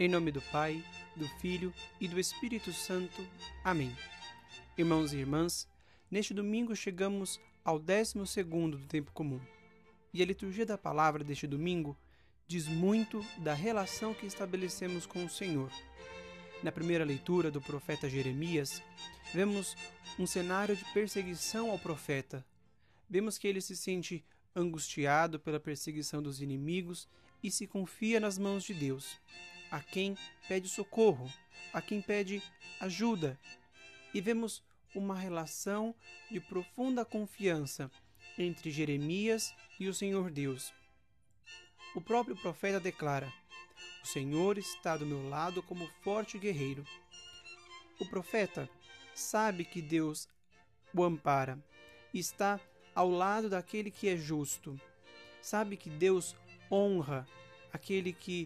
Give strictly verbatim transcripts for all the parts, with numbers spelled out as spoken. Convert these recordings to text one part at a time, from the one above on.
Em nome do Pai, do Filho e do Espírito Santo. Amém. Irmãos e irmãs, neste domingo chegamos ao décimo segundo do tempo comum. E a liturgia da palavra deste domingo diz muito da relação que estabelecemos com o Senhor. Na primeira leitura do profeta Jeremias, vemos um cenário de perseguição ao profeta. Vemos que ele se sente angustiado pela perseguição dos inimigos e se confia nas mãos de Deus, a quem pede socorro, a quem pede ajuda. E vemos uma relação de profunda confiança entre Jeremias e o Senhor Deus. O próprio profeta declara: "O Senhor está do meu lado como forte guerreiro." O profeta sabe que Deus o ampara e está ao lado daquele que é justo. Sabe que Deus honra aquele que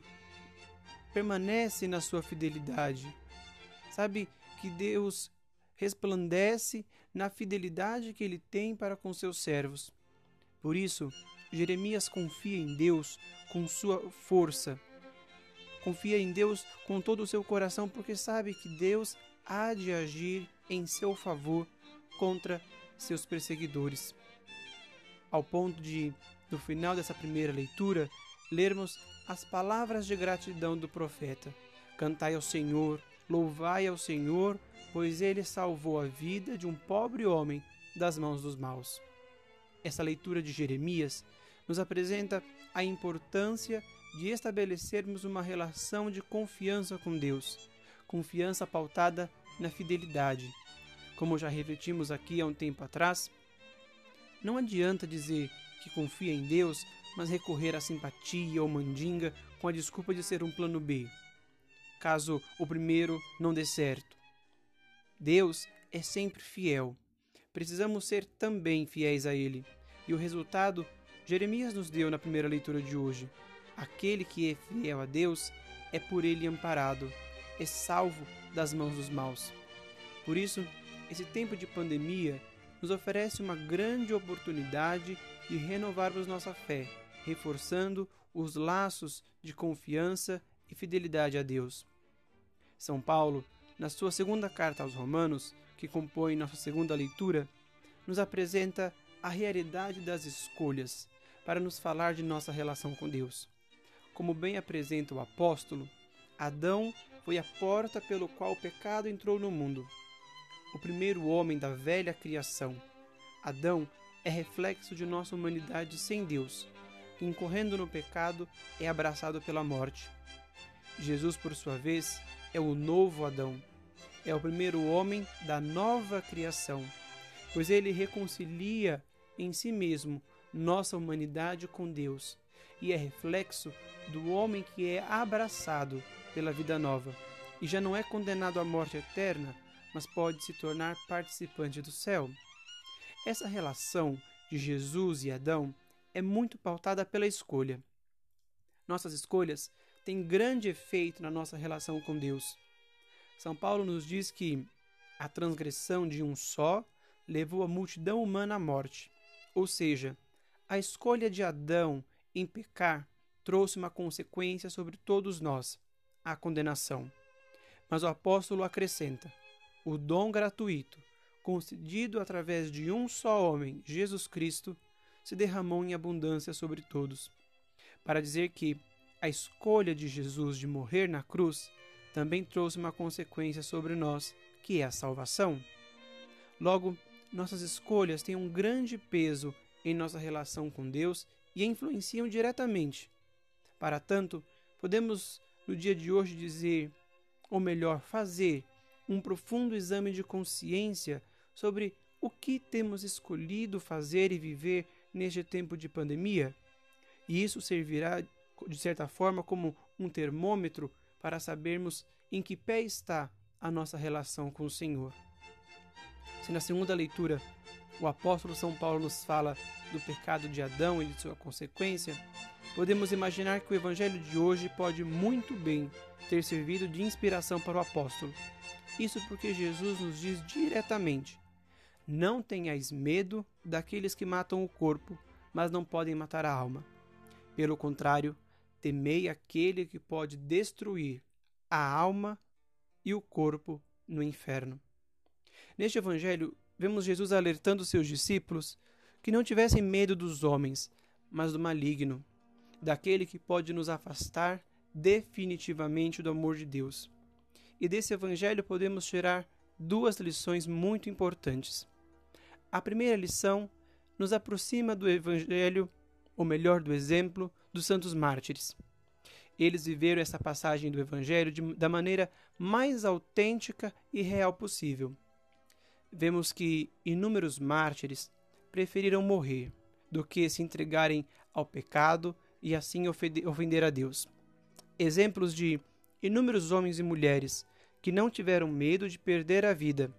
permanece na sua fidelidade. Sabe que Deus resplandece na fidelidade que ele tem para com seus servos. Por isso, Jeremias confia em Deus com sua força. Confia em Deus com todo o seu coração, porque sabe que Deus há de agir em seu favor contra seus perseguidores. Ao ponto de, no final dessa primeira leitura, lermos as palavras de gratidão do profeta. Cantai ao Senhor, louvai ao Senhor, pois ele salvou a vida de um pobre homem das mãos dos maus. Essa leitura de Jeremias nos apresenta a importância de estabelecermos uma relação de confiança com Deus, confiança pautada na fidelidade. Como já refletimos aqui há um tempo atrás, não adianta dizer que confia em Deus, mas recorrer à simpatia ou mandinga com a desculpa de ser um plano B, caso o primeiro não dê certo. Deus é sempre fiel. Precisamos ser também fiéis a Ele. E o resultado, Jeremias nos deu na primeira leitura de hoje. Aquele que é fiel a Deus é por Ele amparado, é salvo das mãos dos maus. Por isso, esse tempo de pandemia nos oferece uma grande oportunidade de renovarmos nossa fé, reforçando os laços de confiança e fidelidade a Deus. São Paulo, na sua segunda carta aos Romanos, que compõe nossa segunda leitura, nos apresenta a realidade das escolhas para nos falar de nossa relação com Deus. Como bem apresenta o apóstolo, Adão foi a porta pelo qual o pecado entrou no mundo. O primeiro homem da velha criação. Adão é reflexo de nossa humanidade sem Deus, que, incorrendo no pecado, é abraçado pela morte. Jesus, por sua vez, é o novo Adão. É o primeiro homem da nova criação, pois ele reconcilia em si mesmo nossa humanidade com Deus e é reflexo do homem que é abraçado pela vida nova e já não é condenado à morte eterna, mas pode se tornar participante do céu. Essa relação de Jesus e Adão é muito pautada pela escolha. Nossas escolhas têm grande efeito na nossa relação com Deus. São Paulo nos diz que a transgressão de um só levou a multidão humana à morte. Ou seja, a escolha de Adão em pecar trouxe uma consequência sobre todos nós, a condenação. Mas o apóstolo acrescenta: o dom gratuito, concedido através de um só homem, Jesus Cristo, se derramou em abundância sobre todos, para dizer que a escolha de Jesus de morrer na cruz também trouxe uma consequência sobre nós, que é a salvação. Logo, nossas escolhas têm um grande peso em nossa relação com Deus e influenciam diretamente. Para tanto, podemos no dia de hoje dizer, ou melhor, fazer um profundo exame de consciência sobre o que temos escolhido fazer e viver neste tempo de pandemia. E isso servirá, de certa forma, como um termômetro para sabermos em que pé está a nossa relação com o Senhor. Se na segunda leitura o apóstolo São Paulo nos fala do pecado de Adão e de sua consequência, podemos imaginar que o evangelho de hoje pode muito bem ter servido de inspiração para o apóstolo. Isso porque Jesus nos diz diretamente: não tenhais medo daqueles que matam o corpo, mas não podem matar a alma. Pelo contrário, temei aquele que pode destruir a alma e o corpo no inferno. Neste evangelho, vemos Jesus alertando seus discípulos que não tivessem medo dos homens, mas do maligno, daquele que pode nos afastar definitivamente do amor de Deus. E desse evangelho podemos tirar duas lições muito importantes. A primeira lição nos aproxima do evangelho, ou melhor, do exemplo dos santos mártires. Eles viveram essa passagem do evangelho de, da maneira mais autêntica e real possível. Vemos que inúmeros mártires preferiram morrer do que se entregarem ao pecado e assim ofender a Deus. Exemplos de inúmeros homens e mulheres que não tiveram medo de perder a vida,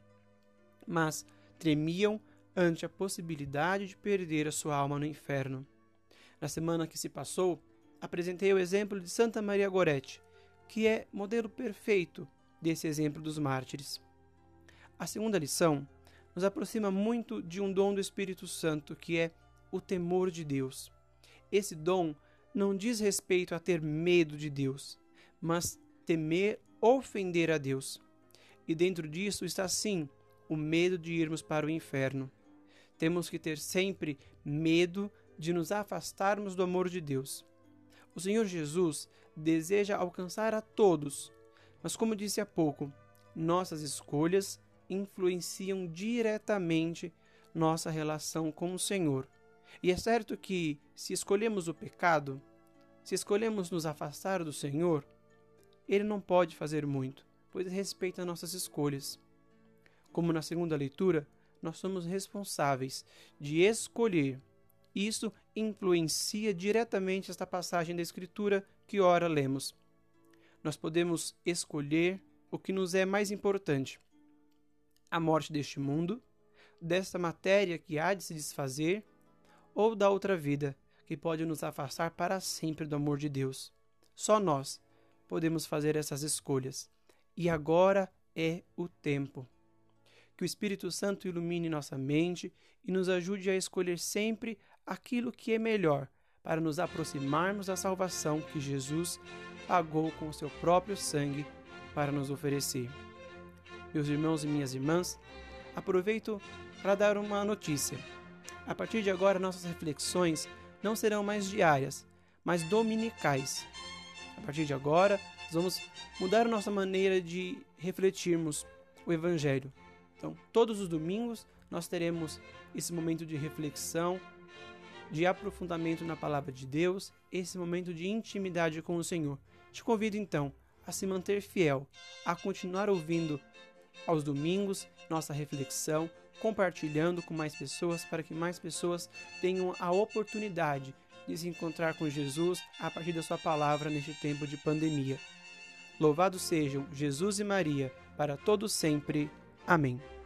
mas tremiam ante a possibilidade de perder a sua alma no inferno. Na semana que se passou, apresentei o exemplo de Santa Maria Goretti, que é modelo perfeito desse exemplo dos mártires. A segunda lição nos aproxima muito de um dom do Espírito Santo, que é o temor de Deus. Esse dom não diz respeito a ter medo de Deus, mas temer ofender a Deus. E dentro disso está sim o medo de irmos para o inferno. Temos que ter sempre medo de nos afastarmos do amor de Deus. O Senhor Jesus deseja alcançar a todos, mas como disse há pouco, nossas escolhas influenciam diretamente nossa relação com o Senhor. E é certo que, se escolhemos o pecado, se escolhemos nos afastar do Senhor, Ele não pode fazer muito, pois respeita nossas escolhas. Como na segunda leitura, nós somos responsáveis de escolher. Isso influencia diretamente esta passagem da Escritura que ora lemos. Nós podemos escolher o que nos é mais importante: a morte deste mundo, desta matéria que há de se desfazer, ou da outra vida, que pode nos afastar para sempre do amor de Deus. Só nós podemos fazer essas escolhas. E agora é o tempo. Que o Espírito Santo ilumine nossa mente e nos ajude a escolher sempre aquilo que é melhor para nos aproximarmos da salvação que Jesus pagou com o seu próprio sangue para nos oferecer. Meus irmãos e minhas irmãs, aproveito para dar uma notícia. A partir de agora, nossas reflexões não serão mais diárias, mas dominicais. A partir de agora, vamos mudar a nossa maneira de refletirmos o Evangelho. Então, todos os domingos, nós teremos esse momento de reflexão, de aprofundamento na Palavra de Deus, esse momento de intimidade com o Senhor. Te convido, então, a se manter fiel, a continuar ouvindo aos domingos nossa reflexão, compartilhando com mais pessoas, para que mais pessoas tenham a oportunidade de se encontrar com Jesus a partir da sua palavra neste tempo de pandemia. Louvado sejam Jesus e Maria, para todos sempre. Amém.